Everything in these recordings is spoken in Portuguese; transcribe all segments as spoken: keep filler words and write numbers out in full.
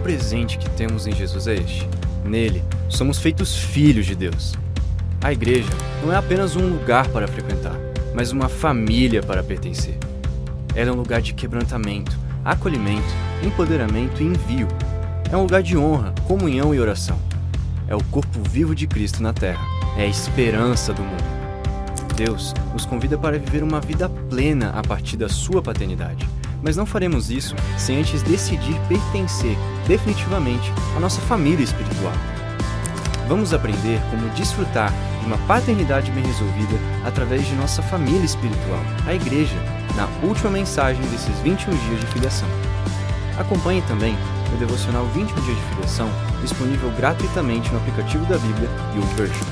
presente que temos em Jesus é este. Nele, somos feitos filhos de Deus. A igreja não é apenas um lugar para frequentar, mas uma família para pertencer. Ela é um lugar de quebrantamento, acolhimento, empoderamento e envio. É um lugar de honra, comunhão e oração. É o corpo vivo de Cristo na terra. É a esperança do mundo. Deus nos convida para viver uma vida plena a partir da sua paternidade. Mas não faremos isso sem antes decidir pertencer definitivamente à nossa família espiritual. Vamos aprender como desfrutar de uma paternidade bem resolvida através de nossa família espiritual, a igreja, na última mensagem desses vinte e um dias de filiação. Acompanhe também o devocional vinte e um dias de filiação, disponível gratuitamente no aplicativo da Bíblia YouVersion.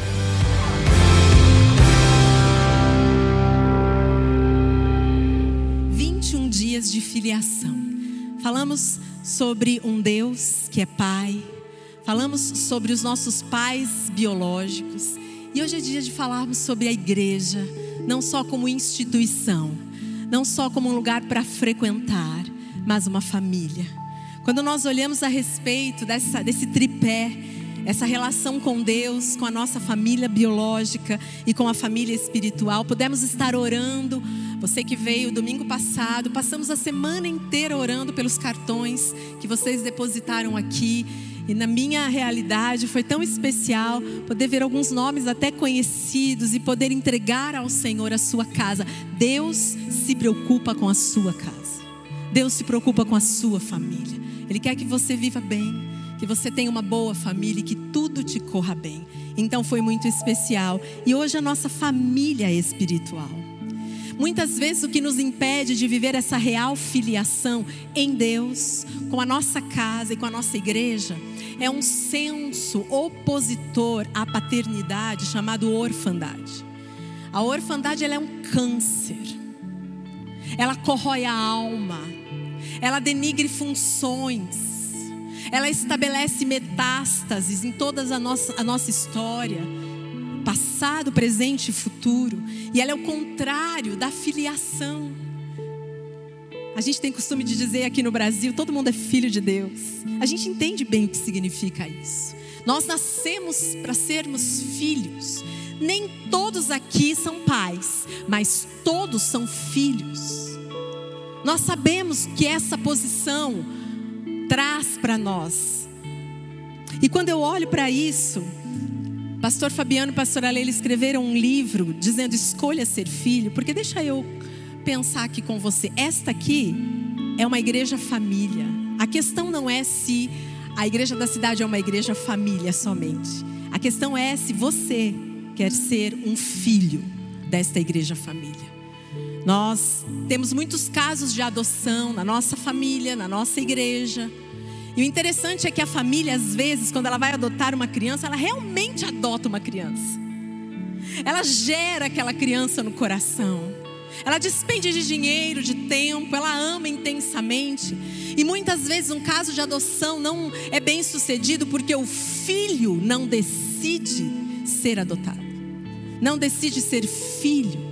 vinte e um dias de filiação. Falamos sobre um Deus que é Pai. Falamos sobre os nossos pais biológicos. E hoje é dia de falarmos sobre a igreja, não só como instituição, não só como um lugar para frequentar, mas uma família. Quando nós olhamos a respeito dessa, desse tripé, essa relação com Deus, com a nossa família biológica e com a família espiritual, pudemos estar orando. Você que veio domingo passado, passamos a semana inteira orando pelos cartões que vocês depositaram aqui. E na minha realidade foi tão especial poder ver alguns nomes até conhecidos e poder entregar ao Senhor a sua casa. Deus se preocupa com a sua casa. Deus se preocupa com a sua família. Ele quer que você viva bem, que você tenha uma boa família e que tudo te corra bem. Então foi muito especial. E hoje a nossa família é espiritual. Muitas vezes o que nos impede de viver essa real filiação em Deus, com a nossa casa e com a nossa igreja, é um senso opositor à paternidade chamado orfandade. A orfandade ela é um câncer. Ela corrói a alma. Ela denigre funções. Ela estabelece metástases em toda a nossa, a nossa história. Passado, presente e futuro. E ela é o contrário da filiação. A gente tem costume de dizer aqui no Brasil, todo mundo é filho de Deus. A gente entende bem o que significa isso. Nós nascemos para sermos filhos. Nem todos aqui são pais, mas todos são filhos. Nós sabemos que essa posição traz para nós. E quando eu olho para isso, Pastor Fabiano e Pastor Ale escreveram um livro dizendo escolha ser filho, porque deixa eu pensar aqui com você. Esta aqui é uma igreja família. A questão não é se a igreja da cidade é uma igreja família somente. A questão é se você quer ser um filho desta igreja família. Nós temos muitos casos de adoção na nossa família, na nossa igreja. E o interessante é que a família, às vezes, quando ela vai adotar uma criança, ela realmente adota uma criança. Ela gera aquela criança no coração. Ela despende de dinheiro, de tempo, ela ama intensamente. E muitas vezes um caso de adoção não é bem sucedido porque o filho não decide ser adotado. Não decide ser filho.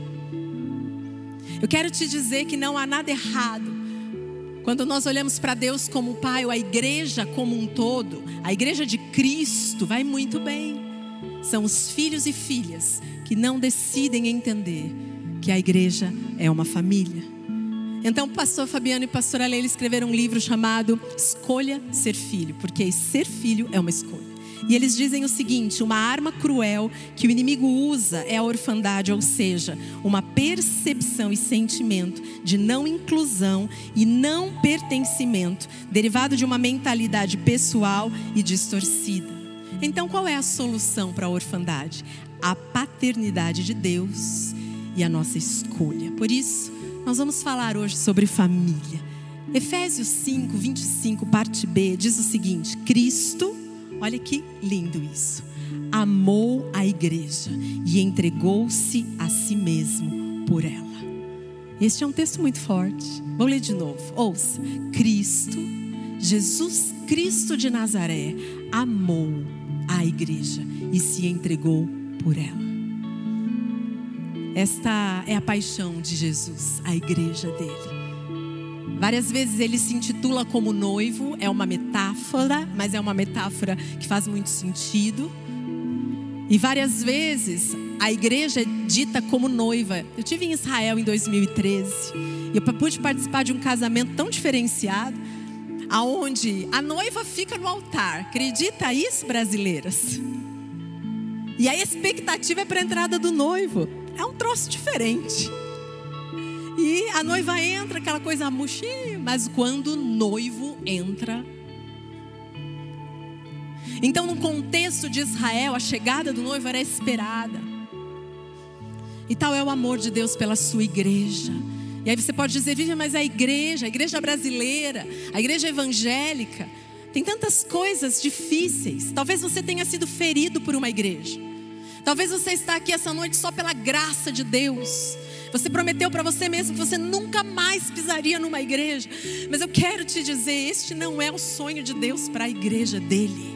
Eu quero te dizer que não há nada errado quando nós olhamos para Deus como Pai, ou a igreja como um todo. A igreja de Cristo vai muito bem. São os filhos e filhas que não decidem entender que a igreja é uma família. Então o pastor Fabiano e o pastor Ale escreveram um livro chamado Escolha Ser Filho, porque ser filho é uma escolha. E eles dizem o seguinte: uma arma cruel que o inimigo usa é a orfandade, ou seja, uma percepção e sentimento de não inclusão e não pertencimento, derivado de uma mentalidade pessoal e distorcida. Então qual é a solução para a orfandade? A paternidade de Deus e a nossa escolha. Por isso, nós vamos falar hoje sobre família. Efésios cinco, vinte e cinco, parte B, diz o seguinte: Cristo, olha que lindo isso, amou a igreja e entregou-se a si mesmo por ela. Este é um texto muito forte. Vou ler de novo, ouça. Cristo, Jesus Cristo de Nazaré, amou a igreja e se entregou por ela. Esta é a paixão de Jesus, a igreja dele. Várias vezes ele se intitula como noivo, é uma metáfora, mas é uma metáfora que faz muito sentido. E várias vezes a igreja é dita como noiva. Eu estive em Israel em dois mil e treze e eu pude participar de um casamento tão diferenciado, aonde a noiva fica no altar. Acredita isso, brasileiras? E a expectativa é para a entrada do noivo. É um troço diferente. E a noiva entra, aquela coisa murchinha, mas quando o noivo entra... Então, no contexto de Israel, a chegada do noivo era esperada. E tal é o amor de Deus pela sua igreja. E aí você pode dizer, Vivian, mas a igreja, a igreja brasileira, a igreja evangélica, tem tantas coisas difíceis. Talvez você tenha sido ferido por uma igreja. Talvez você está aqui essa noite só pela graça de Deus. Você prometeu para você mesmo que você nunca mais pisaria numa igreja. Mas eu quero te dizer, este não é o sonho de Deus para a igreja dele.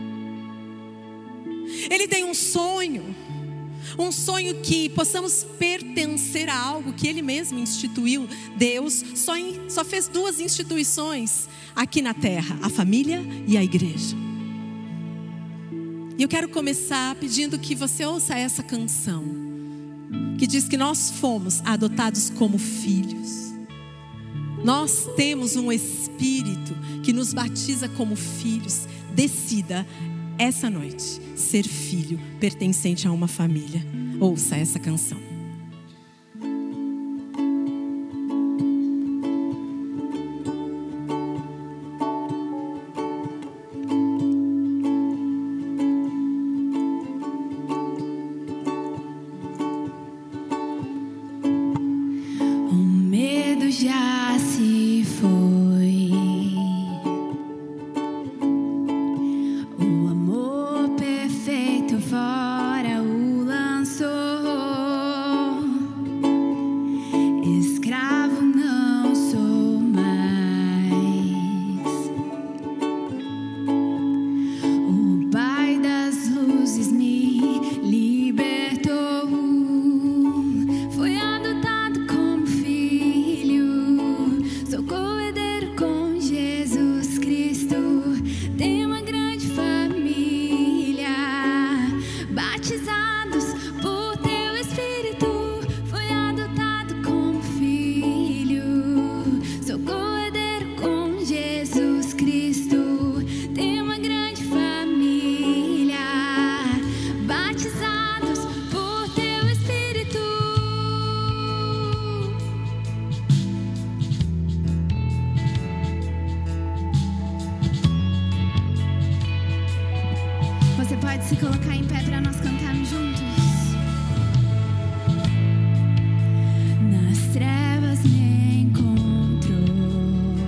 Ele tem um sonho, um sonho que possamos pertencer a algo que Ele mesmo instituiu. Deus só, in, só fez duas instituições aqui na terra, a família e a igreja. E eu quero começar pedindo que você ouça essa canção, que diz que nós fomos adotados como filhos. Nós temos um Espírito que nos batiza como filhos. Decida essa noite ser filho pertencente a uma família. Ouça essa canção. Já se foi, o amor perfeito fora o lançou. Escravo não sou mais, o Pai das luzes me libertou. Foi adotado como filho. Sou co-herdeiro com Jesus Cristo. Tenho uma grande família, batizados por Teu Espírito. Fui adotado como filho. Sou co-herdeiro com Jesus Cristo. Tenho uma grande família, batizados por Teu Espírito. Você pode se colocar em pé para nós cantarmos juntos? Nas trevas me encontrou,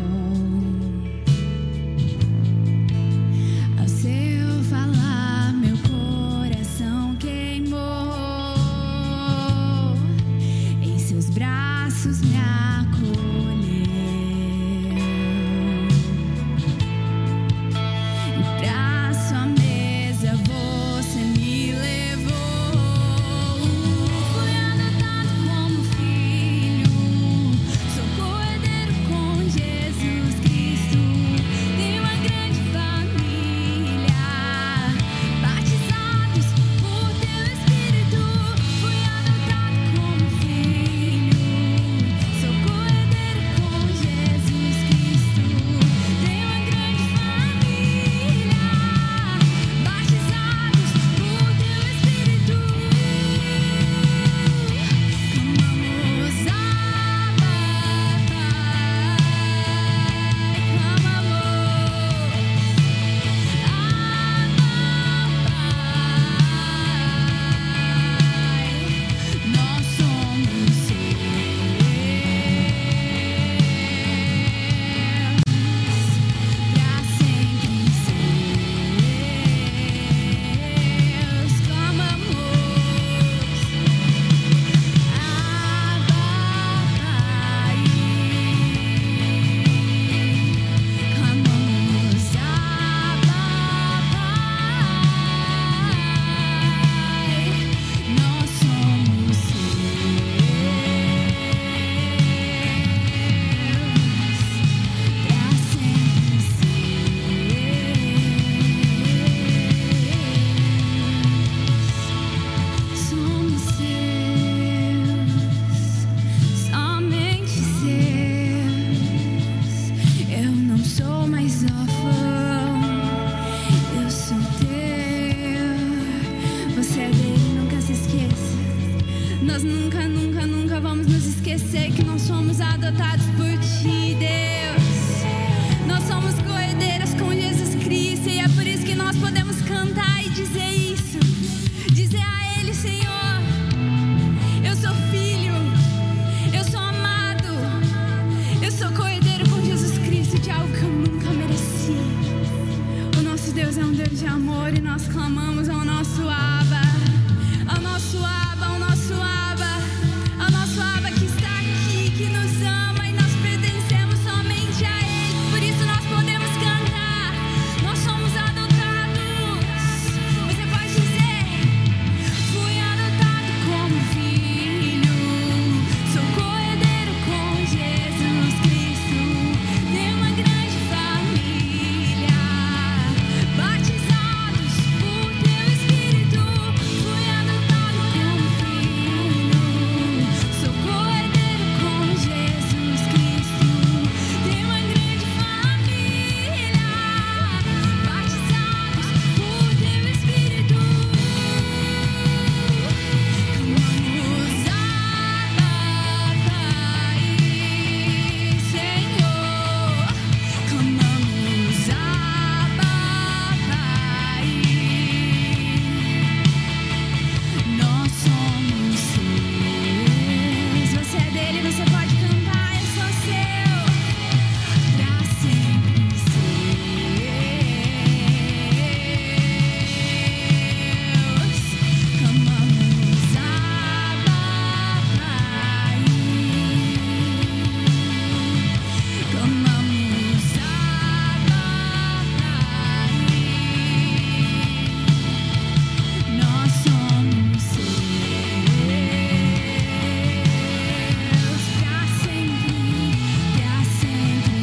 ao seu falar meu coração queimou, em seus braços me acolheu. E pra sua mesa você me levou. dizer que nós somos adotados por Ti, Deus. Nós somos coerdeiras com Jesus Cristo e é por isso que nós podemos cantar e dizer isso. Dizer a Ele, Senhor, eu sou filho, eu sou amado, eu sou coerdeiro com Jesus Cristo de algo que eu nunca mereci. O nosso Deus é um Deus de amor e nós clamamos ao nosso Abba, ao nosso Abba, ao nosso Abba, ao nosso Abba que está aqui, que nos ama e nós pertencemos somente a Ele. Por isso nós podemos cantar, nós somos adotados. Você pode dizer: fui adotado como filho, sou coerdeiro com Jesus Cristo, tenho uma grande família, batizados por Teu Espírito. Fui adotado como filho, sou coerdeiro com Jesus Cristo, tenho uma grande família, batizados por Teu Espírito. Clamamos Abba, Pai, Senhor. Clamamos Abba, Pai. Nós somos Seus. Você é dele, você pode cantar. Eu sou seu, pra sempre Seus. Clamamos Abba, Pai. Clamamos Abba, Pai. Nós somos Seus, pra sempre, pra sempre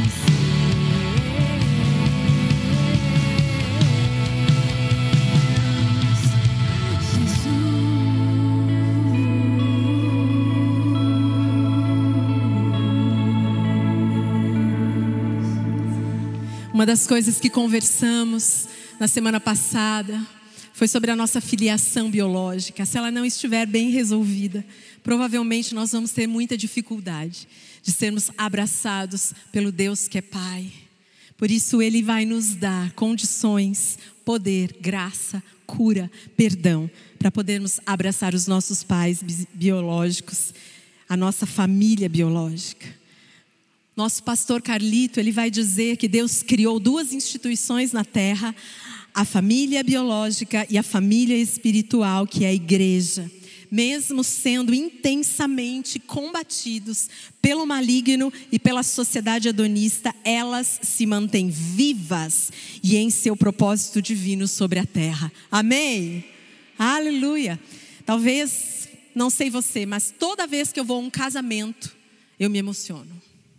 Uma das coisas que conversamos na semana passada foi sobre a nossa filiação biológica. Se ela não estiver bem resolvida, provavelmente nós vamos ter muita dificuldade de sermos abraçados pelo Deus que é Pai. Por isso Ele vai nos dar condições, poder, graça, cura, perdão, para podermos abraçar os nossos pais bi- biológicos, a nossa família biológica. Nosso pastor Carlito, ele vai dizer que Deus criou duas instituições na terra, a família biológica e a família espiritual, que é a igreja. Mesmo sendo intensamente combatidos pelo maligno e pela sociedade hedonista, elas se mantêm vivas e em seu propósito divino sobre a terra. Amém? Aleluia! Talvez, não sei você, mas toda vez que eu vou a um casamento, eu me emociono.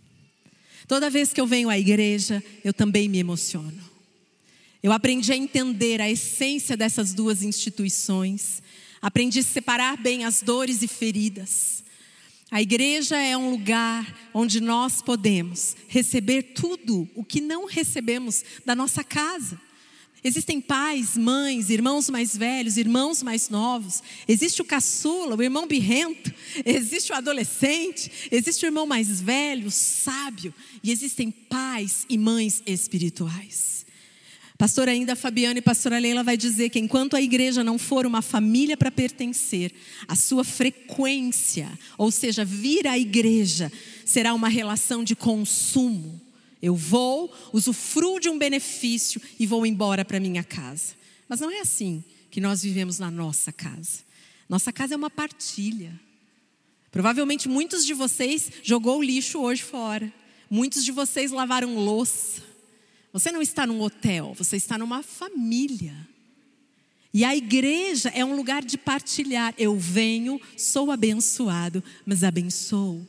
Toda vez que eu venho à igreja, eu também me emociono. Eu aprendi a entender a essência dessas duas instituições. Aprendi a separar bem as dores e feridas. A igreja é um lugar onde nós podemos receber tudo o que não recebemos da nossa casa. Existem pais, mães, irmãos mais velhos, irmãos mais novos. Existe o caçula, o irmão birrento. Existe o adolescente. Existe o irmão mais velho, sábio. E existem pais e mães espirituais. Pastora ainda Fabiana e pastora Leila vai dizer que enquanto a igreja não for uma família para pertencer, a sua frequência, ou seja, vir à igreja, será uma relação de consumo. Eu vou, usufruo de um benefício e vou embora para minha casa. Mas não é assim que nós vivemos na nossa casa. Nossa casa é uma partilha. Provavelmente muitos de vocês jogou o lixo hoje fora. Muitos de vocês lavaram louça. Você não está num hotel, você está numa família. E a igreja é um lugar de partilhar. Eu venho, sou abençoado, mas abençoo.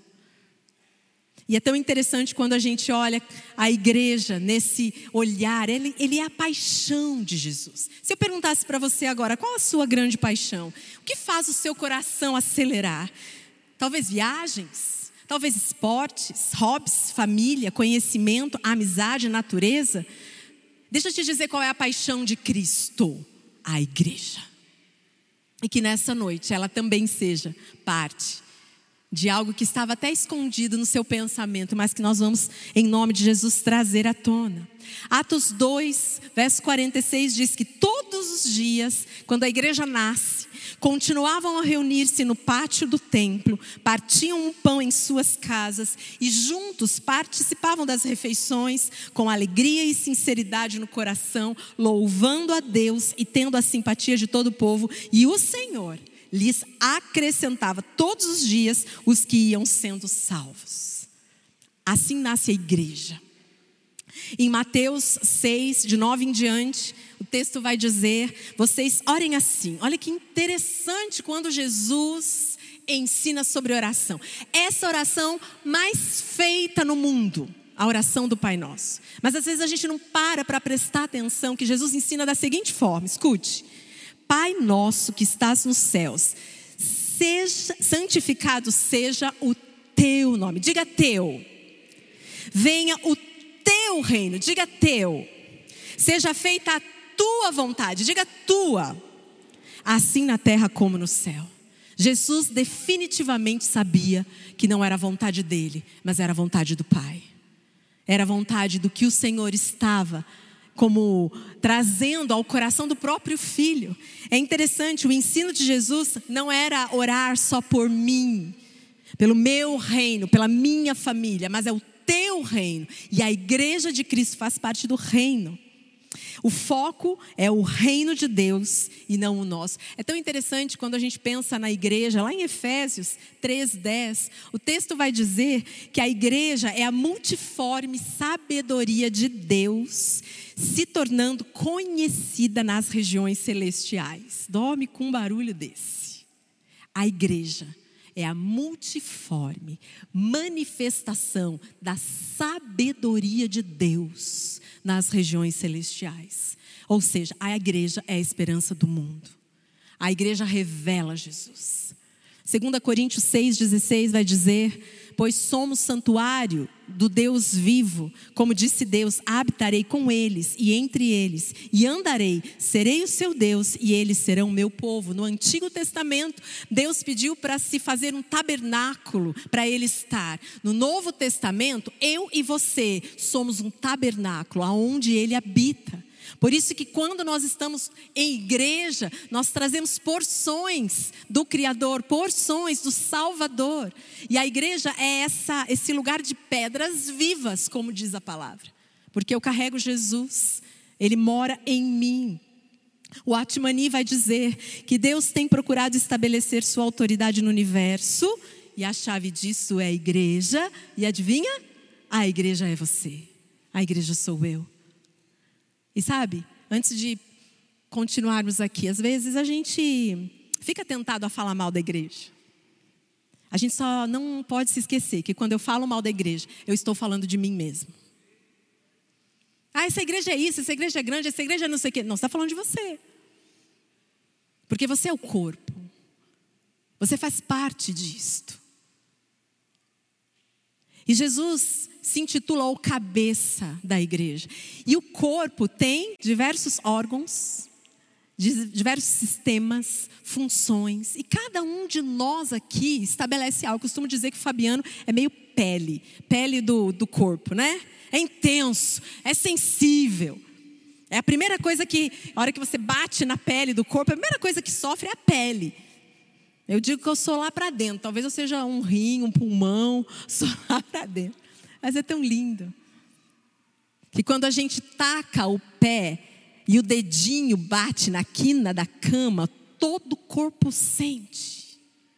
E é tão interessante quando a gente olha a igreja nesse olhar, ele, ele é a paixão de Jesus. Se eu perguntasse para você agora, qual a sua grande paixão? O que faz o seu coração acelerar? Talvez viagens, talvez esportes, hobbies, família, conhecimento, amizade, natureza. Deixa eu te dizer qual é a paixão de Cristo, a igreja. E que nessa noite ela também seja parte de algo que estava até escondido no seu pensamento, mas que nós vamos, em nome de Jesus, trazer à tona. Atos dois, verso quarenta e seis diz que todos os dias, quando a igreja nasce, continuavam a reunir-se no pátio do templo, partiam um pão em suas casas e juntos participavam das refeições com alegria e sinceridade no coração, louvando a Deus e tendo a simpatia de todo o povo. E o Senhor lhes acrescentava todos os dias os que iam sendo salvos. Assim nasce a igreja. Em Mateus seis, de nove em diante, o texto vai dizer, vocês orem assim. Olha que interessante quando Jesus ensina sobre oração. Essa oração mais feita no mundo, a oração do Pai Nosso. Mas às vezes a gente não para para prestar atenção que Jesus ensina da seguinte forma, escute. Pai nosso que estás nos céus, seja, santificado seja o teu nome. Diga teu. Venha o teu reino. Diga teu. Seja feita a tua vontade. Diga tua. Assim na terra como no céu. Jesus definitivamente sabia que não era a vontade dele, mas era a vontade do Pai. Era a vontade do que o Senhor estava como trazendo ao coração do próprio Filho. É interessante, o ensino de Jesus não era orar só por mim, pelo meu reino, pela minha família, mas é o teu reino. E a igreja de Cristo faz parte do reino. O foco é o reino de Deus e não o nosso. É tão interessante quando a gente pensa na igreja, lá em Efésios três, dez, o texto vai dizer que a igreja é a multiforme sabedoria de Deus, se tornando conhecida nas regiões celestiais. Dorme com um barulho desse. A igreja é a multiforme manifestação da sabedoria de Deus nas regiões celestiais. Ou seja, a igreja é a esperança do mundo. A igreja revela Jesus. Segunda Coríntios seis, dezesseis vai dizer, pois somos santuário do Deus vivo, como disse Deus, habitarei com eles e entre eles, e andarei, serei o seu Deus e eles serão o meu povo. No Antigo Testamento, Deus pediu para se fazer um tabernáculo para ele estar. No Novo Testamento, eu e você somos um tabernáculo aonde ele habita. Por isso que quando nós estamos em igreja, nós trazemos porções do Criador, porções do Salvador. E a igreja é essa, esse lugar de pedras vivas, como diz a palavra. Porque eu carrego Jesus, Ele mora em mim. O Atmani vai dizer que Deus tem procurado estabelecer sua autoridade no universo. E a chave disso é a igreja. E adivinha? A igreja é você. A igreja sou eu. E sabe, antes de continuarmos aqui, às vezes a gente fica tentado a falar mal da igreja. A gente só não pode se esquecer que quando eu falo mal da igreja, eu estou falando de mim mesmo. Ah, essa igreja é isso, essa igreja é grande, essa igreja é não sei o quê. Não, você está falando de você. Porque você é o corpo. Você faz parte disto. E Jesus se intitula o cabeça da igreja. E o corpo tem diversos órgãos, diversos sistemas, funções. E cada um de nós aqui estabelece algo. Eu costumo dizer que o Fabiano é meio pele, pele do, do corpo, né? É intenso, é sensível. É a primeira coisa que, a hora que você bate na pele do corpo, a primeira coisa que sofre é a pele. Eu digo que eu sou lá para dentro. Talvez eu seja um rim, um pulmão, sou lá para dentro. Mas é tão lindo. Que quando a gente taca o pé e o dedinho bate na quina da cama, todo o corpo sente.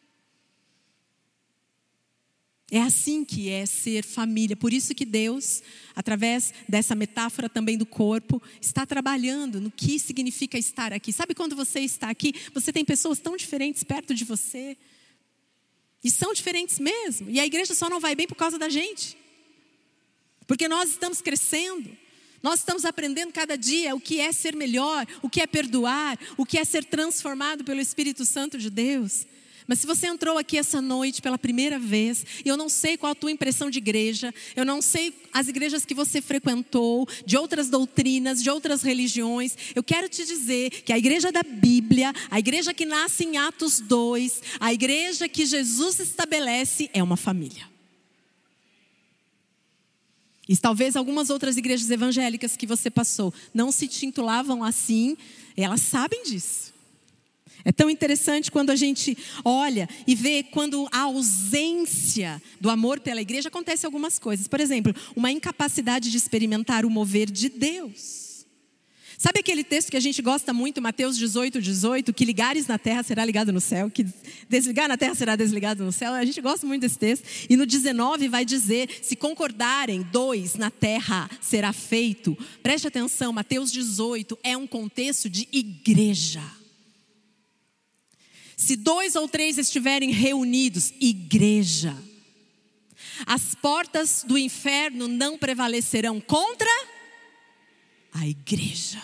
É assim que é ser família. Por isso que Deus, através dessa metáfora também do corpo, está trabalhando no que significa estar aqui. Sabe quando você está aqui, você tem pessoas tão diferentes perto de você. E são diferentes mesmo. E a igreja só não vai bem por causa da gente. Porque nós estamos crescendo. Nós estamos aprendendo cada dia o que é ser melhor, o que é perdoar, o que é ser transformado pelo Espírito Santo de Deus. Mas se você entrou aqui essa noite pela primeira vez, e eu não sei qual a tua impressão de igreja, eu não sei as igrejas que você frequentou, de outras doutrinas, de outras religiões, eu quero te dizer que a igreja da Bíblia, a igreja que nasce em Atos dois, a igreja que Jesus estabelece é uma família. E talvez algumas outras igrejas evangélicas que você passou não se titulavam assim, elas sabem disso. É tão interessante quando a gente olha e vê quando a ausência do amor pela igreja acontece algumas coisas. Por exemplo, uma incapacidade de experimentar o mover de Deus. Sabe aquele texto que a gente gosta muito, Mateus dezoito, dezoito, que ligares na terra será ligado no céu, que desligar na terra será desligado no céu? A gente gosta muito desse texto. E no dezenove vai dizer, se concordarem dois na terra será feito. Preste atenção, Mateus dezoito é um contexto de igreja. Se dois ou três estiverem reunidos, igreja. As portas do inferno não prevalecerão contra a igreja.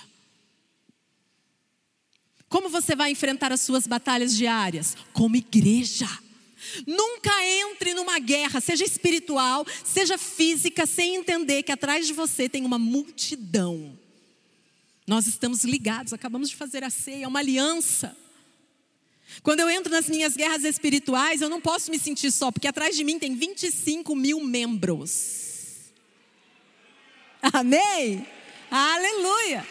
Como você vai enfrentar as suas batalhas diárias? Como igreja. Nunca entre numa guerra, seja espiritual, seja física, sem entender que atrás de você tem uma multidão. Nós estamos ligados, acabamos de fazer a ceia, é uma aliança. Quando eu entro nas minhas guerras espirituais, eu não posso me sentir só, porque atrás de mim tem vinte e cinco mil membros. Amém? Aleluia!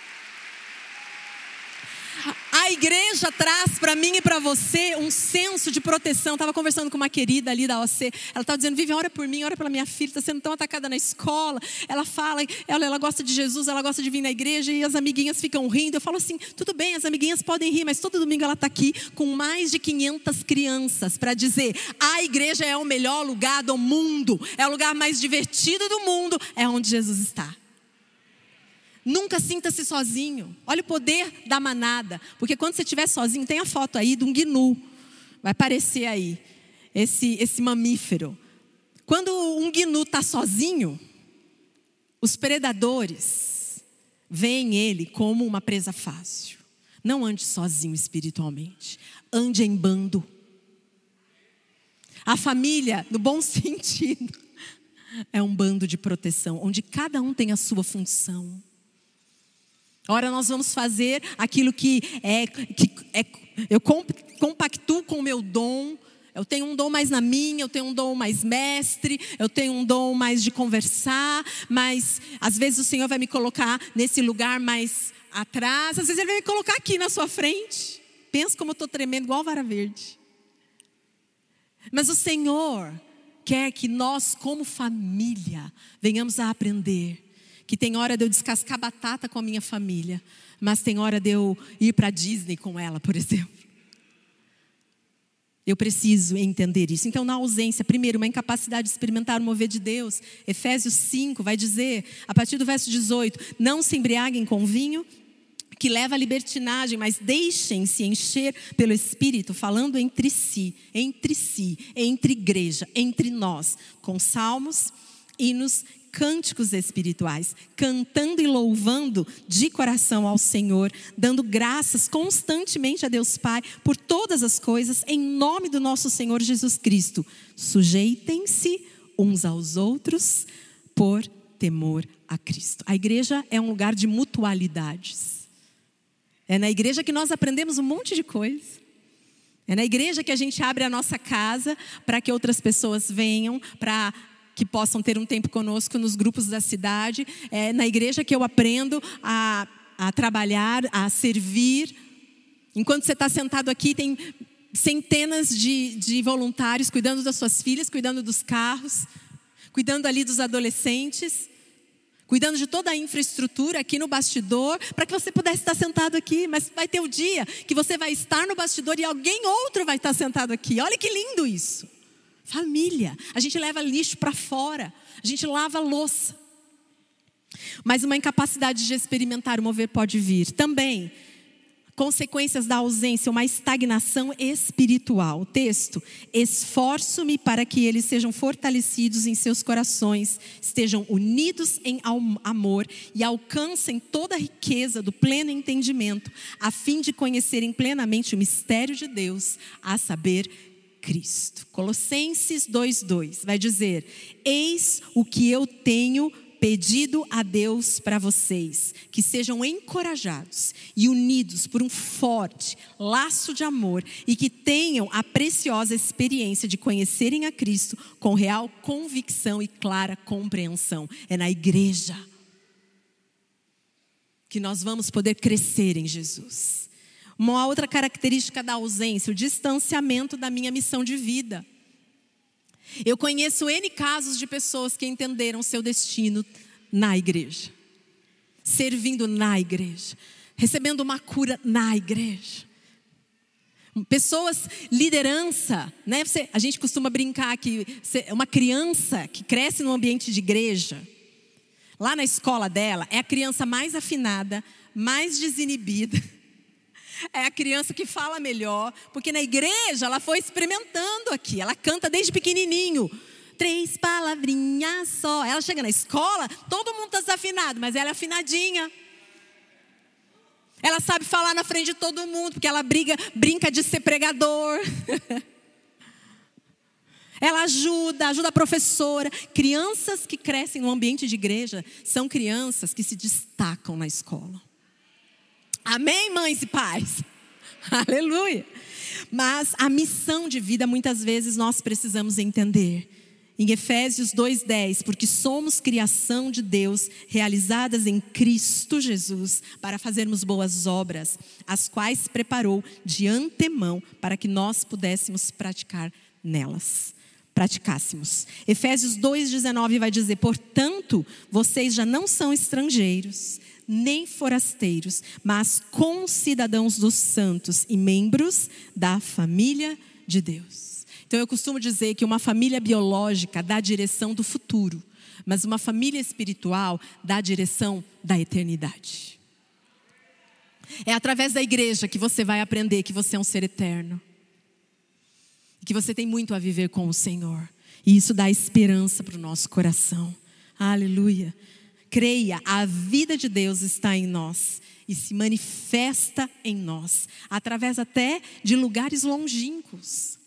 A igreja traz para mim e para você um senso de proteção. Estava conversando com uma querida ali da O C. Ela estava dizendo, Vivian, ora por mim, ora pela minha filha. Está sendo tão atacada na escola. Ela fala, ela, ela gosta de Jesus, ela gosta de vir na igreja. E as amiguinhas ficam rindo. Eu falo assim, tudo bem, as amiguinhas podem rir. Mas todo domingo ela está aqui com mais de quinhentas crianças. Para dizer, a igreja é o melhor lugar do mundo. É o lugar mais divertido do mundo. É onde Jesus está. Nunca sinta-se sozinho. Olha o poder da manada. Porque quando você estiver sozinho, tem a foto aí de um gnu. Vai aparecer aí. Esse, esse mamífero. Quando um gnu está sozinho, os predadores veem ele como uma presa fácil. Não ande sozinho espiritualmente. Ande em bando. A família, no bom sentido, é um bando de proteção. Onde cada um tem a sua função. Ora, nós vamos fazer aquilo que é, que é eu compactuo com o meu dom. Eu tenho um dom mais na minha, eu tenho um dom mais mestre, eu tenho um dom mais de conversar, mas às vezes o Senhor vai me colocar nesse lugar mais atrás, às vezes Ele vai me colocar aqui na sua frente. Pensa como eu estou tremendo igual vara verde. Mas o Senhor quer que nós, como família, venhamos a aprender que tem hora de eu descascar batata com a minha família, mas tem hora de eu ir para a Disney com ela, por exemplo. Eu preciso entender isso. Então, na ausência, primeiro, uma incapacidade de experimentar o mover de Deus. Efésios cinco vai dizer, a partir do verso dezoito, não se embriaguem com vinho, que leva à libertinagem, mas deixem-se encher pelo Espírito, falando entre si, entre si, entre igreja, entre nós, com salmos, hinos, cânticos espirituais, cantando e louvando de coração ao Senhor, dando graças constantemente a Deus Pai por todas as coisas, em nome do nosso Senhor Jesus Cristo. Sujeitem-se uns aos outros por temor a Cristo. A igreja é um lugar de mutualidades. É na igreja que nós aprendemos um monte de coisa. É na igreja que a gente abre a nossa casa para que outras pessoas venham, para que possam ter um tempo conosco nos grupos da cidade. É na igreja que eu aprendo a, a trabalhar, a servir. Enquanto você está sentado aqui, tem centenas de, de voluntários cuidando das suas filhas, cuidando dos carros, cuidando ali dos adolescentes, cuidando de toda a infraestrutura aqui no bastidor, para que você pudesse estar sentado aqui. Mas vai ter o dia que você vai estar no bastidor e alguém outro vai estar sentado aqui. Olha que lindo isso. Família. A gente leva lixo para fora. A gente lava a louça. Mas uma incapacidade de experimentar o mover pode vir. Também, Consequências da ausência, uma estagnação espiritual. Texto: esforço-me para que eles sejam fortalecidos em seus corações, estejam unidos em amor e alcancem toda a riqueza do pleno entendimento, a fim de conhecerem plenamente o mistério de Deus, a saber, Cristo. Colossenses dois, dois vai dizer: eis o que eu tenho pedido a Deus para vocês, que sejam encorajados e unidos por um forte laço de amor e que tenham a preciosa experiência de conhecerem a Cristo com real convicção e clara compreensão. É na igreja que nós vamos poder crescer em Jesus. Uma outra característica da ausência, o distanciamento da minha missão de vida. Eu conheço N casos de pessoas que entenderam seu destino na igreja, servindo na igreja, recebendo uma cura na igreja. Pessoas, liderança, né? Você, a gente costuma brincar que uma criança que cresce num ambiente de igreja, lá na escola dela, é a criança mais afinada, mais desinibida. É a criança que fala melhor, porque na igreja ela foi experimentando aqui. Ela canta desde pequenininho. Três palavrinhas só. Ela chega na escola, todo mundo está desafinado, mas ela é afinadinha. Ela sabe falar na frente de todo mundo, porque ela briga, brinca de ser pregador. Ela ajuda, ajuda a professora. Crianças que crescem no ambiente de igreja são crianças que se destacam na escola. Amém, mães e pais? Aleluia. Mas a missão de vida, muitas vezes nós precisamos entender. Em Efésios dois, dez, porque somos criação de Deus, realizadas em Cristo Jesus, para fazermos boas obras, as quais preparou de antemão para que nós pudéssemos praticar nelas. Praticássemos. Efésios dois, dezenove vai dizer: portanto, vocês já não são estrangeiros, nem forasteiros, mas concidadãos dos santos e membros da família de Deus. Então eu costumo dizer que uma família biológica dá a direção do futuro, mas uma família espiritual dá a direção da eternidade. É através da igreja que você vai aprender que você é um ser eterno, que você tem muito a viver com o Senhor, e isso dá esperança para o nosso coração. Aleluia. Creia, a vida de Deus está em nós e se manifesta em nós, através até de lugares longínquos.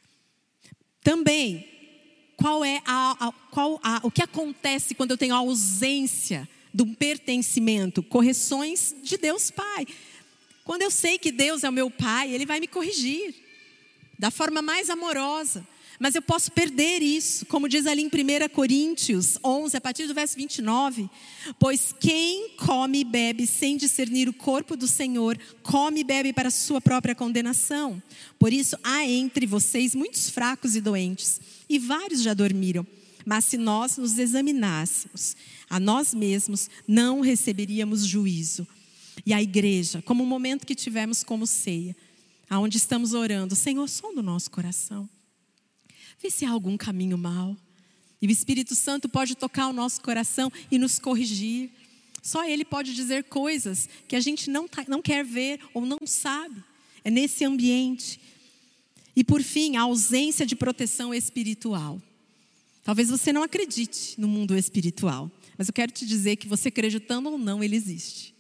Também, qual é a, a, qual a, o que acontece quando eu tenho a ausência do pertencimento? Correções de Deus Pai. Quando eu sei que Deus é o meu Pai, Ele vai me corrigir da forma mais amorosa. Mas eu posso perder isso, como diz ali em primeira Coríntios onze, a partir do verso vinte e nove. Pois quem come e bebe sem discernir o corpo do Senhor, come e bebe para a sua própria condenação. Por isso há entre vocês muitos fracos e doentes, e vários já dormiram. Mas se nós nos examinássemos a nós mesmos, não receberíamos juízo. E a igreja, como o momento que tivemos como ceia, aonde estamos orando: Senhor, sonda o nosso coração. Vê se há algum caminho mau. E o Espírito Santo pode tocar o nosso coração e nos corrigir. Só Ele pode dizer coisas que a gente não, tá, não quer ver ou não sabe. É nesse ambiente. E por fim, a ausência de proteção espiritual. Talvez você não acredite no mundo espiritual, mas eu quero te dizer que você acreditando ou não, ele existe.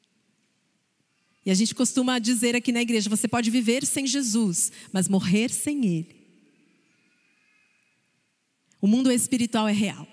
E a gente costuma dizer aqui na igreja: você pode viver sem Jesus, mas morrer sem Ele. O mundo espiritual é real.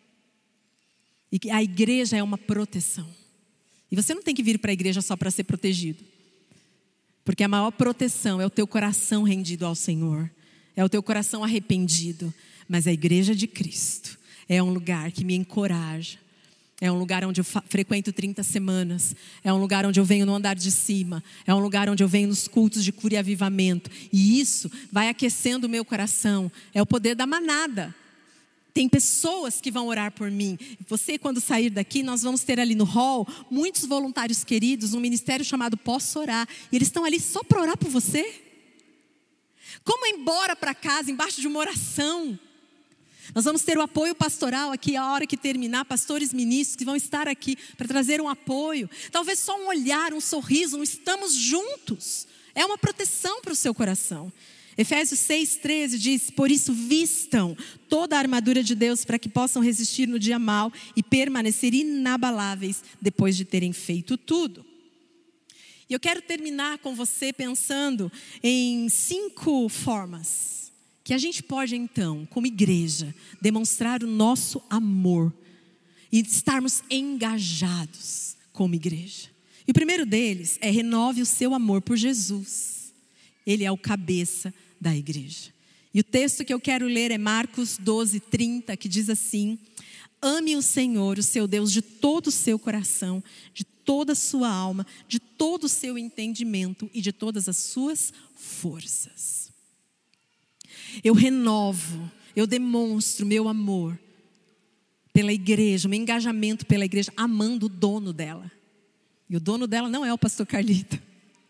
E a igreja é uma proteção. E você não tem que vir para a igreja só para ser protegido. Porque a maior proteção é o teu coração rendido ao Senhor. É o teu coração arrependido. Mas a igreja de Cristo é um lugar que me encoraja. É um lugar onde eu frequento trinta semanas. É um lugar onde eu venho no andar de cima. É um lugar onde eu venho nos cultos de cura e avivamento. E isso vai aquecendo o meu coração. É o poder da manada. Tem pessoas que vão orar por mim. Você, quando sair daqui, nós vamos ter ali no hall muitos voluntários queridos, um ministério chamado Posso Orar. E eles estão ali só para orar por você. Como ir embora para casa embaixo de uma oração? Nós vamos ter o apoio pastoral aqui, a hora que terminar, pastores ministros que vão estar aqui para trazer um apoio. Talvez só um olhar, um sorriso, um estamos juntos. É uma proteção para o seu coração. Efésios seis, treze diz: por isso vistam toda a armadura de Deus para que possam resistir no dia mau e permanecer inabaláveis depois de terem feito tudo. E eu quero terminar com você pensando em cinco formas que a gente pode então, como igreja, demonstrar o nosso amor e estarmos engajados como igreja. E o primeiro deles é: renove o seu amor por Jesus. Ele é o cabeça da igreja. E o texto que eu quero ler é Marcos doze, trinta, que diz assim: ame o Senhor, o seu Deus, de todo o seu coração, de toda a sua alma, de todo o seu entendimento e de todas as suas forças. Eu renovo, eu demonstro meu amor pela igreja, meu engajamento pela igreja, amando o dono dela. E o dono dela não é o pastor Carlito.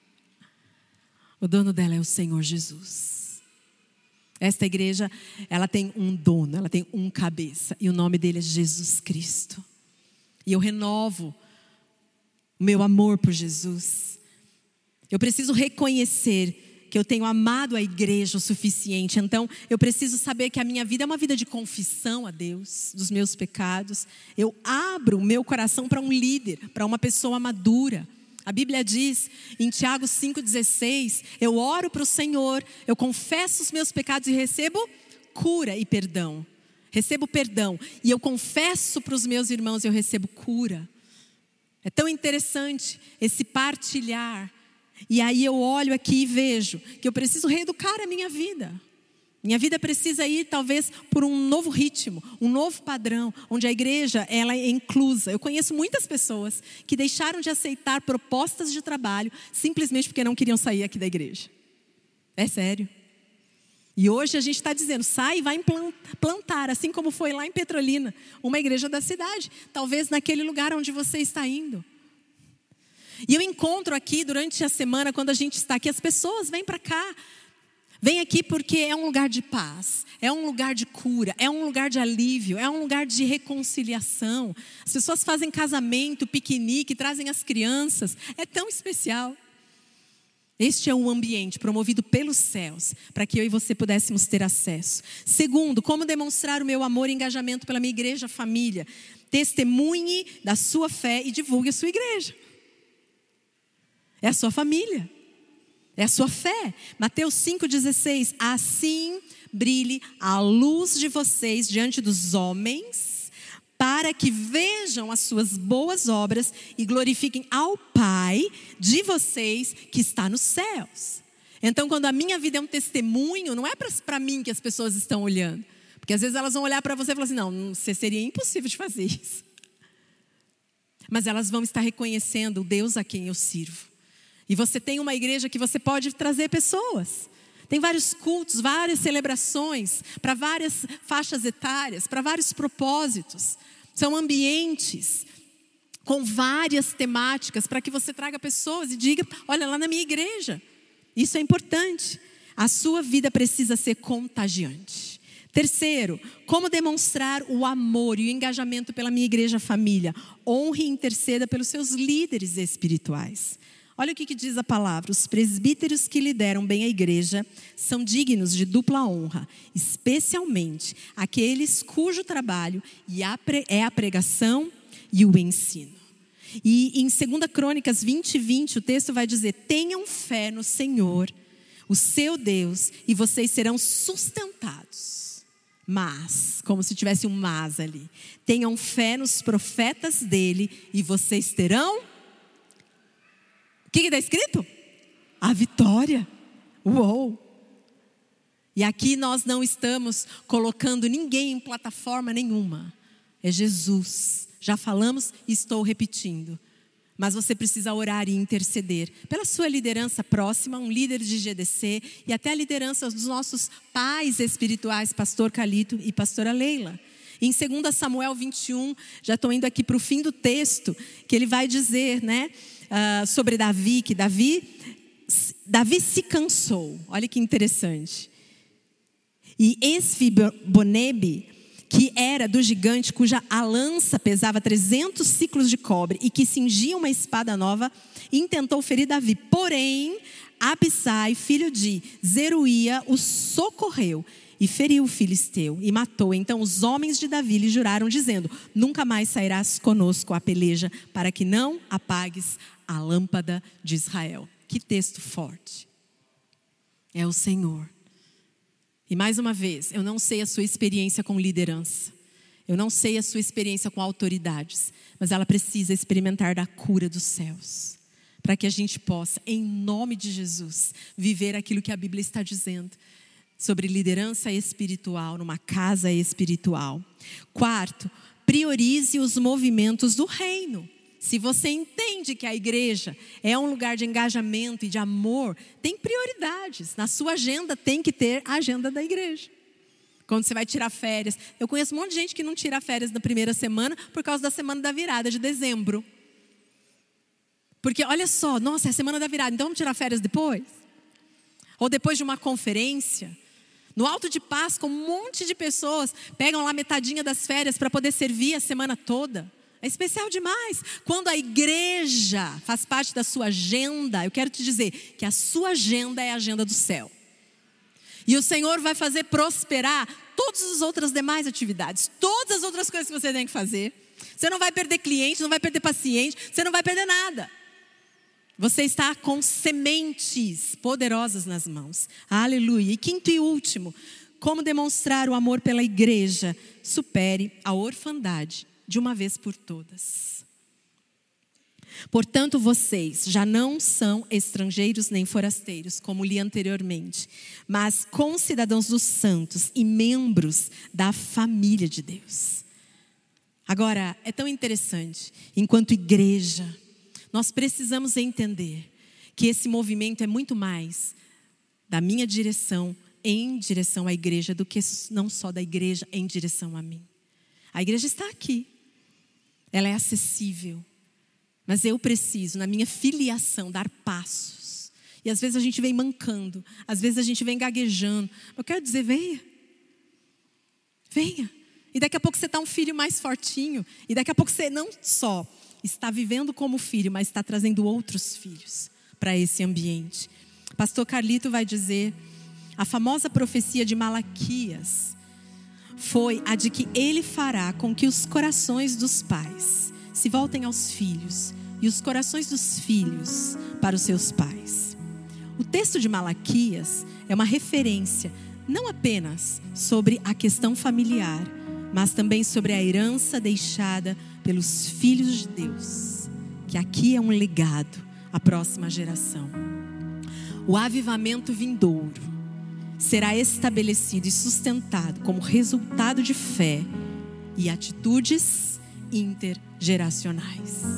O dono dela é o Senhor Jesus. Esta igreja, ela tem um dono, ela tem um cabeça. E o nome dele é Jesus Cristo. E eu renovo o meu amor por Jesus. Eu preciso reconhecer que eu tenho amado a igreja o suficiente. Então, eu preciso saber que a minha vida é uma vida de confissão a Deus, dos meus pecados. Eu abro o meu coração para um líder, para uma pessoa madura. A Bíblia diz em Tiago cinco, dezesseis, eu oro para o Senhor, eu confesso os meus pecados e recebo cura e perdão. Recebo perdão. E eu confesso para os meus irmãos e eu recebo cura. É tão interessante esse partilhar. E aí eu olho aqui e vejo que eu preciso reeducar a minha vida. Minha vida precisa ir talvez por um novo ritmo, um novo padrão, onde a igreja ela é inclusa. Eu conheço muitas pessoas que deixaram de aceitar propostas de trabalho simplesmente porque não queriam sair aqui da igreja. É sério. E hoje a gente está dizendo, sai e vai implantar, assim como foi lá em Petrolina, uma igreja da cidade. Talvez naquele lugar onde você está indo. E eu encontro aqui durante a semana, quando a gente está aqui, as pessoas vêm para cá. Vêm aqui porque é um lugar de paz, é um lugar de cura, é um lugar de alívio, é um lugar de reconciliação. As pessoas fazem casamento, piquenique, trazem as crianças. É tão especial. Este é um ambiente promovido pelos céus, para que eu e você pudéssemos ter acesso. Segundo, como demonstrar o meu amor e engajamento pela minha igreja, família? Testemunhe da sua fé e divulgue a sua igreja. É a sua família, é a sua fé. Mateus cinco, dezesseis, assim brilhe a luz de vocês diante dos homens, para que vejam as suas boas obras e glorifiquem ao Pai de vocês que está nos céus. Então, quando a minha vida é um testemunho, não é para mim que as pessoas estão olhando. Porque às vezes elas vão olhar para você e falar assim, não, você seria impossível de fazer isso. Mas elas vão estar reconhecendo o Deus a quem eu sirvo. E você tem uma igreja que você pode trazer pessoas. Tem vários cultos, várias celebrações, para várias faixas etárias, para vários propósitos. São ambientes com várias temáticas para que você traga pessoas e diga, olha lá na minha igreja. Isso é importante. A sua vida precisa ser contagiante. Terceiro, como demonstrar o amor e o engajamento pela minha igreja família? Honre e interceda pelos seus líderes espirituais. Olha o que, que diz a palavra. Os presbíteros que lideram bem a igreja são dignos de dupla honra, especialmente aqueles cujo trabalho é a pregação e o ensino. E em segunda Crônicas vinte, vinte, o texto vai dizer, tenham fé no Senhor, o seu Deus, e vocês serão sustentados. Mas, como se tivesse um mas ali, tenham fé nos profetas dele e vocês terão... O que está escrito? A vitória. Uou! E aqui nós não estamos colocando ninguém em plataforma nenhuma. É Jesus. Já falamos e estou repetindo. Mas você precisa orar e interceder pela sua liderança próxima, um líder de G D C e até a liderança dos nossos pais espirituais, pastor Calito e pastora Leila. Em dois Samuel vinte e um, já estou indo aqui para o fim do texto, que ele vai dizer, né? Uh, sobre Davi, que Davi, Davi se cansou. Olha que interessante. E Esfibonebe que era do gigante cuja a lança pesava trezentos ciclos de cobre e que cingia uma espada nova, intentou ferir Davi. Porém, Abissai, filho de Zeruía, o socorreu e feriu o filisteu e matou. Então os homens de Davi lhe juraram, dizendo: nunca mais sairás conosco à peleja, para que não apagues a lâmpada de Israel. Que texto forte. É o Senhor. E mais uma vez, eu não sei a sua experiência com liderança. Eu não sei a sua experiência com autoridades. Mas ela precisa experimentar da cura dos céus. Para que a gente possa, em nome de Jesus, viver aquilo que a Bíblia está dizendo sobre liderança espiritual, numa casa espiritual. Quarto, priorize os movimentos do reino. Se você entende que a igreja é um lugar de engajamento e de amor, tem prioridades. Na sua agenda tem que ter a agenda da igreja. Quando você vai tirar férias. Eu conheço um monte de gente que não tira férias na primeira semana por causa da semana da virada de dezembro. Porque olha só, nossa, é a semana da virada, então vamos tirar férias depois? Ou depois de uma conferência. No Alto de Páscoa, um monte de pessoas pegam lá metadinha das férias para poder servir a semana toda. É especial demais. Quando a igreja faz parte da sua agenda, eu quero te dizer que a sua agenda é a agenda do céu. E o Senhor vai fazer prosperar todas as outras demais atividades, todas as outras coisas que você tem que fazer. Você não vai perder cliente, não vai perder paciente, você não vai perder nada. Você está com sementes poderosas nas mãos. Aleluia. E quinto e último, como demonstrar o amor pela igreja? Supere a orfandade de uma vez por todas. Portanto, vocês já não são estrangeiros nem forasteiros, como li anteriormente, mas concidadãos dos santos e membros da família de Deus. Agora, é tão interessante, enquanto igreja, nós precisamos entender que esse movimento é muito mais da minha direção em direção à igreja do que não só da igreja em direção a mim. A igreja está aqui. Ela é acessível. Mas eu preciso, na minha filiação, dar passos. E às vezes a gente vem mancando. Às vezes a gente vem gaguejando. Eu quero dizer, venha. Venha. E daqui a pouco você está um filho mais fortinho. E daqui a pouco você não só está vivendo como filho, mas está trazendo outros filhos para esse ambiente. Pastor Carlito vai dizer, a famosa profecia de Malaquias foi a de que ele fará com que os corações dos pais se voltem aos filhos e os corações dos filhos para os seus pais. O texto de Malaquias é uma referência não apenas sobre a questão familiar, mas também sobre a herança deixada pelos filhos de Deus, que aqui é um legado à próxima geração. O avivamento vindouro será estabelecido e sustentado como resultado de fé e atitudes intergeracionais.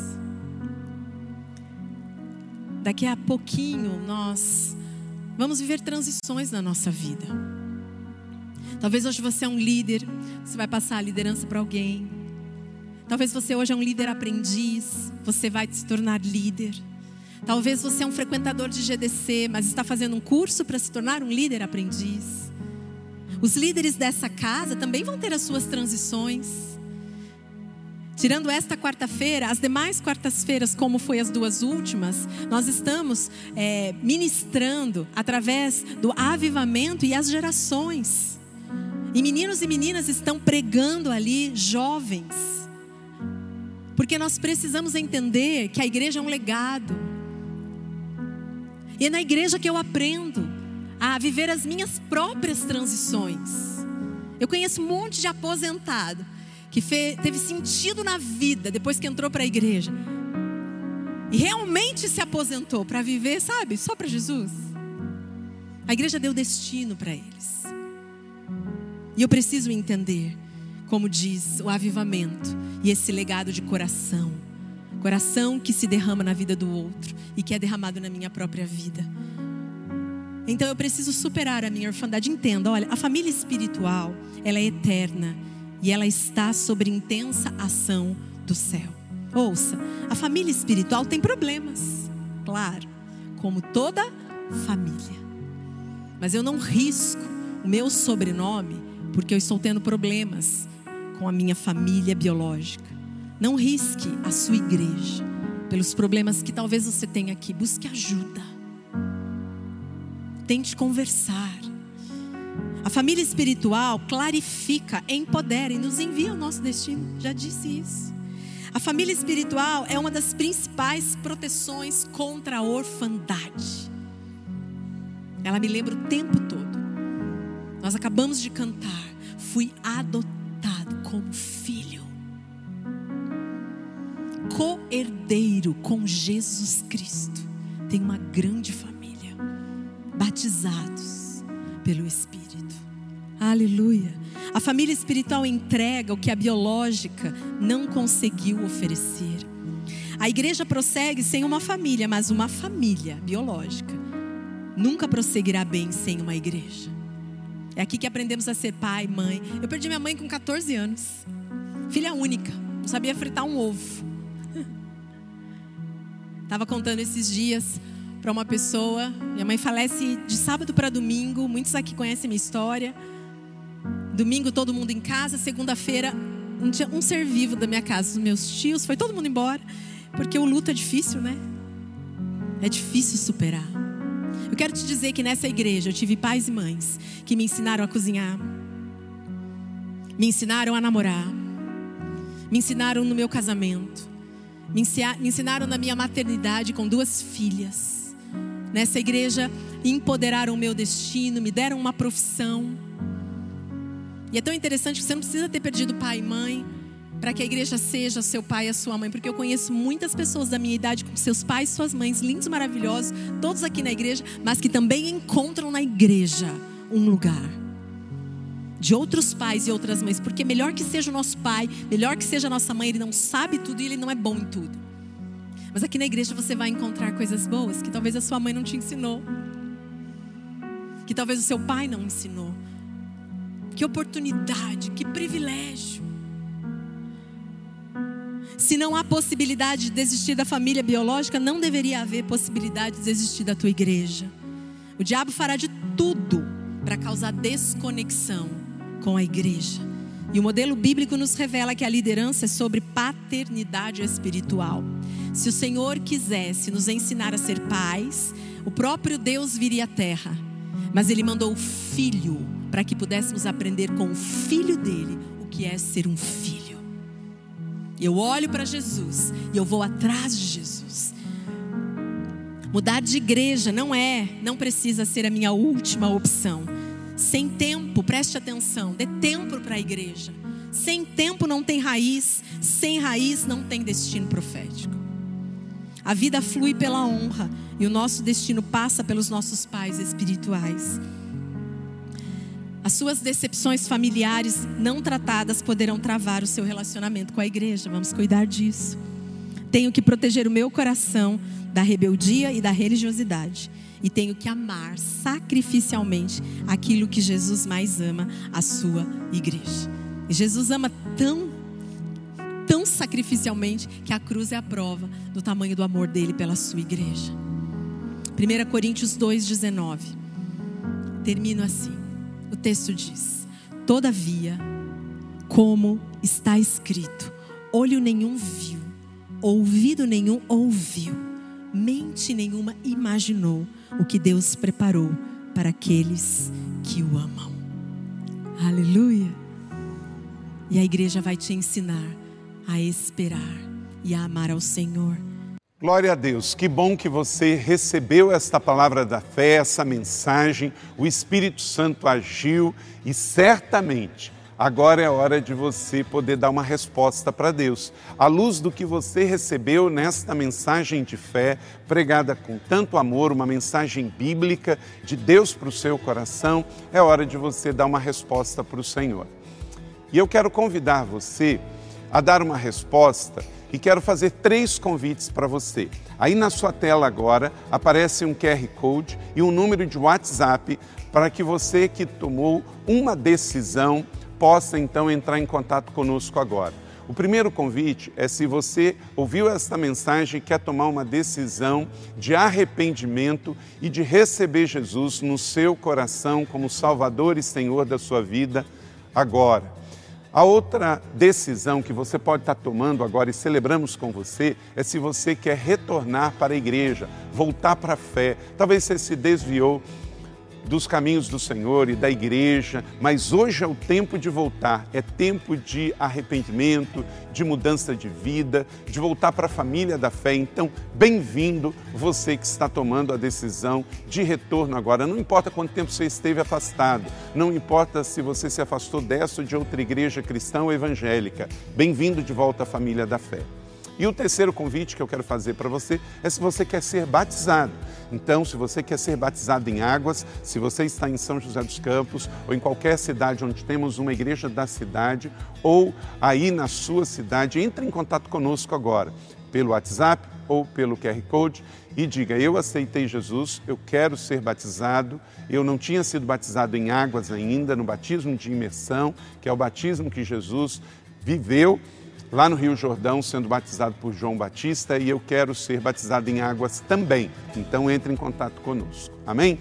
Daqui a pouquinho nós vamos viver transições na nossa vida. Talvez hoje você é um líder, você vai passar a liderança para alguém. Talvez você hoje é um líder aprendiz, você vai se tornar líder. Talvez você é um frequentador de G D C, mas está fazendo um curso para se tornar um líder aprendiz. Os líderes dessa casa também vão ter as suas transições. Tirando esta quarta-feira, as demais quartas-feiras, como foi as duas últimas, nós estamos é, ministrando através do avivamento e as gerações. E meninos e meninas estão pregando ali, jovens. Porque nós precisamos entender que a igreja é um legado. E é na igreja que eu aprendo a viver as minhas próprias transições. Eu conheço um monte de aposentado que fez, teve sentido na vida depois que entrou para a igreja. E realmente se aposentou para viver, sabe, só para Jesus. A igreja deu destino para eles. E eu preciso entender, como diz o avivamento, e esse legado de coração. Coração que se derrama na vida do outro e que é derramado na minha própria vida. Então eu preciso superar a minha orfandade. Entenda, olha, a família espiritual, ela é eterna e ela está sob intensa ação do céu. Ouça, a família espiritual tem problemas, claro, como toda família. Mas eu não risco o meu sobrenome porque eu estou tendo problemas com a minha família biológica. Não risque a sua igreja pelos problemas que talvez você tenha aqui. Busque ajuda. Tente conversar. A família espiritual clarifica, empodera e nos envia ao nosso destino. Já disse isso. A família espiritual é uma das principais proteções contra a orfandade. Ela me lembra o tempo todo. Nós acabamos de cantar. Fui adotado como filho. Co-herdeiro com Jesus Cristo. Tem uma grande família. Batizados pelo Espírito. Aleluia. A família espiritual entrega o que a biológica não conseguiu oferecer. A igreja prossegue sem uma família, mas uma família biológica nunca prosseguirá bem sem uma igreja. É aqui que aprendemos a ser pai, mãe. Eu perdi minha mãe com catorze anos. Filha única, não sabia fritar um ovo. Estava contando esses dias para uma pessoa. Minha mãe falece de sábado para domingo. Muitos aqui conhecem minha história. Domingo todo mundo em casa. Segunda-feira não tinha um ser vivo da minha casa. Os meus tios, foi todo mundo embora. Porque o luto é difícil, né? É difícil superar. Eu quero te dizer que nessa igreja eu tive pais e mães que me ensinaram a cozinhar. Me ensinaram a namorar. Me ensinaram no meu casamento. Me ensinaram na minha maternidade com duas filhas. Nessa igreja empoderaram o meu destino, me deram uma profissão. E é tão interessante que você não precisa ter perdido pai e mãe para que a igreja seja seu pai e a sua mãe. Porque eu conheço muitas pessoas da minha idade com seus pais e suas mães, lindos, maravilhosos, todos aqui na igreja, mas que também encontram na igreja um lugar de outros pais e outras mães. Porque melhor que seja o nosso pai, melhor que seja a nossa mãe, ele não sabe tudo e ele não é bom em tudo. Mas aqui na igreja você vai encontrar coisas boas que talvez a sua mãe não te ensinou, que talvez o seu pai não ensinou. Que oportunidade, que privilégio. Se não há possibilidade de desistir da família biológica, não deveria haver possibilidade de desistir da tua igreja. O diabo fará de tudo para causar desconexão com a igreja. E o modelo bíblico nos revela que a liderança é sobre paternidade espiritual. Se o Senhor quisesse nos ensinar a ser pais, o próprio Deus viria à terra. Mas Ele mandou o Filho para que pudéssemos aprender com o Filho dele o que é ser um filho. Eu olho para Jesus e eu vou atrás de Jesus. Mudar de igreja não é, não precisa ser a minha última opção. Sem tempo, preste atenção, dê tempo para a igreja. Sem tempo não tem raiz, sem raiz não tem destino profético. A vida flui pela honra e o nosso destino passa pelos nossos pais espirituais. As suas decepções familiares não tratadas poderão travar o seu relacionamento com a igreja. Vamos cuidar disso. Tenho que proteger o meu coração da rebeldia e da religiosidade. E tenho que amar sacrificialmente aquilo que Jesus mais ama, a sua igreja. E Jesus ama tão, tão sacrificialmente que a cruz é a prova do tamanho do amor dele pela sua igreja. primeira Coríntios dois, dezenove. Termino assim. O texto diz: todavia, como está escrito, olho nenhum viu, ouvido nenhum ouviu, mente nenhuma imaginou o que Deus preparou para aqueles que o amam. Aleluia! E a igreja vai te ensinar a esperar e a amar ao Senhor. Glória a Deus, que bom que você recebeu esta palavra da fé, essa mensagem, o Espírito Santo agiu e certamente agora é hora de você poder dar uma resposta para Deus. À luz do que você recebeu nesta mensagem de fé, pregada com tanto amor, uma mensagem bíblica de Deus para o seu coração, é hora de você dar uma resposta para o Senhor. E eu quero convidar você a dar uma resposta e quero fazer três convites para você. Aí na sua tela agora aparece um Q R Code e um número de WhatsApp para que você que tomou uma decisão possa então entrar em contato conosco agora. O primeiro convite é se você ouviu esta mensagem e quer tomar uma decisão de arrependimento e de receber Jesus no seu coração como Salvador e Senhor da sua vida agora. A outra decisão que você pode estar tomando agora e celebramos com você é se você quer retornar para a igreja, voltar para a fé. Talvez você se desviou dos caminhos do Senhor e da igreja, mas hoje é o tempo de voltar, é tempo de arrependimento, de mudança de vida, de voltar para a família da fé. Então, bem-vindo você que está tomando a decisão de retorno agora. Não importa quanto tempo você esteve afastado, não importa se você se afastou dessa ou de outra igreja cristã ou evangélica, bem-vindo de volta à família da fé. E o terceiro convite que eu quero fazer para você é se você quer ser batizado. Então, se você quer ser batizado em águas, se você está em São José dos Campos ou em qualquer cidade onde temos uma igreja da cidade ou aí na sua cidade, entre em contato conosco agora, pelo WhatsApp ou pelo Q R Code e diga: eu aceitei Jesus, eu quero ser batizado, eu não tinha sido batizado em águas ainda, no batismo de imersão, que é o batismo que Jesus viveu lá no Rio Jordão, sendo batizado por João Batista, e eu quero ser batizado em águas também. Então, entre em contato conosco. Amém?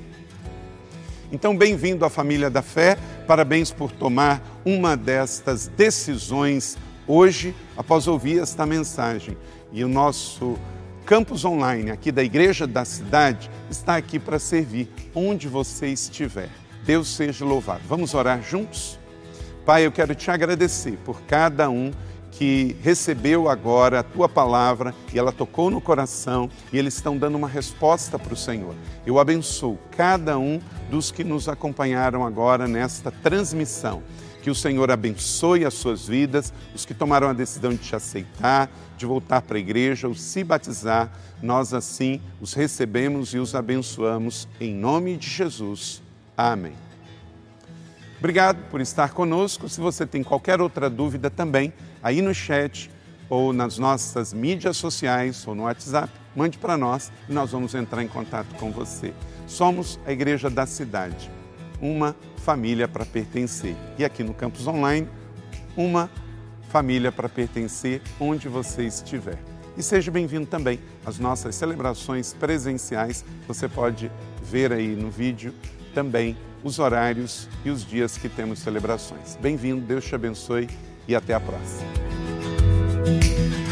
Então, bem-vindo à família da fé. Parabéns por tomar uma destas decisões hoje, após ouvir esta mensagem. E o nosso campus online aqui da Igreja da Cidade está aqui para servir onde você estiver. Deus seja louvado. Vamos orar juntos? Pai, eu quero te agradecer por cada um que recebeu agora a Tua palavra e ela tocou no coração e eles estão dando uma resposta para o Senhor. Eu abençoo cada um dos que nos acompanharam agora nesta transmissão. Que o Senhor abençoe as suas vidas, os que tomaram a decisão de te aceitar, de voltar para a igreja ou se batizar, nós assim os recebemos e os abençoamos em nome de Jesus. Amém. Obrigado por estar conosco. Se você tem qualquer outra dúvida também, aí no chat ou nas nossas mídias sociais ou no WhatsApp, mande para nós e nós vamos entrar em contato com você. Somos a Igreja da Cidade, uma família para pertencer. E aqui no Campus Online, uma família para pertencer onde você estiver. E seja bem-vindo também às nossas celebrações presenciais. Você pode ver aí no vídeo também os horários e os dias que temos celebrações. Bem-vindo, Deus te abençoe e até a próxima.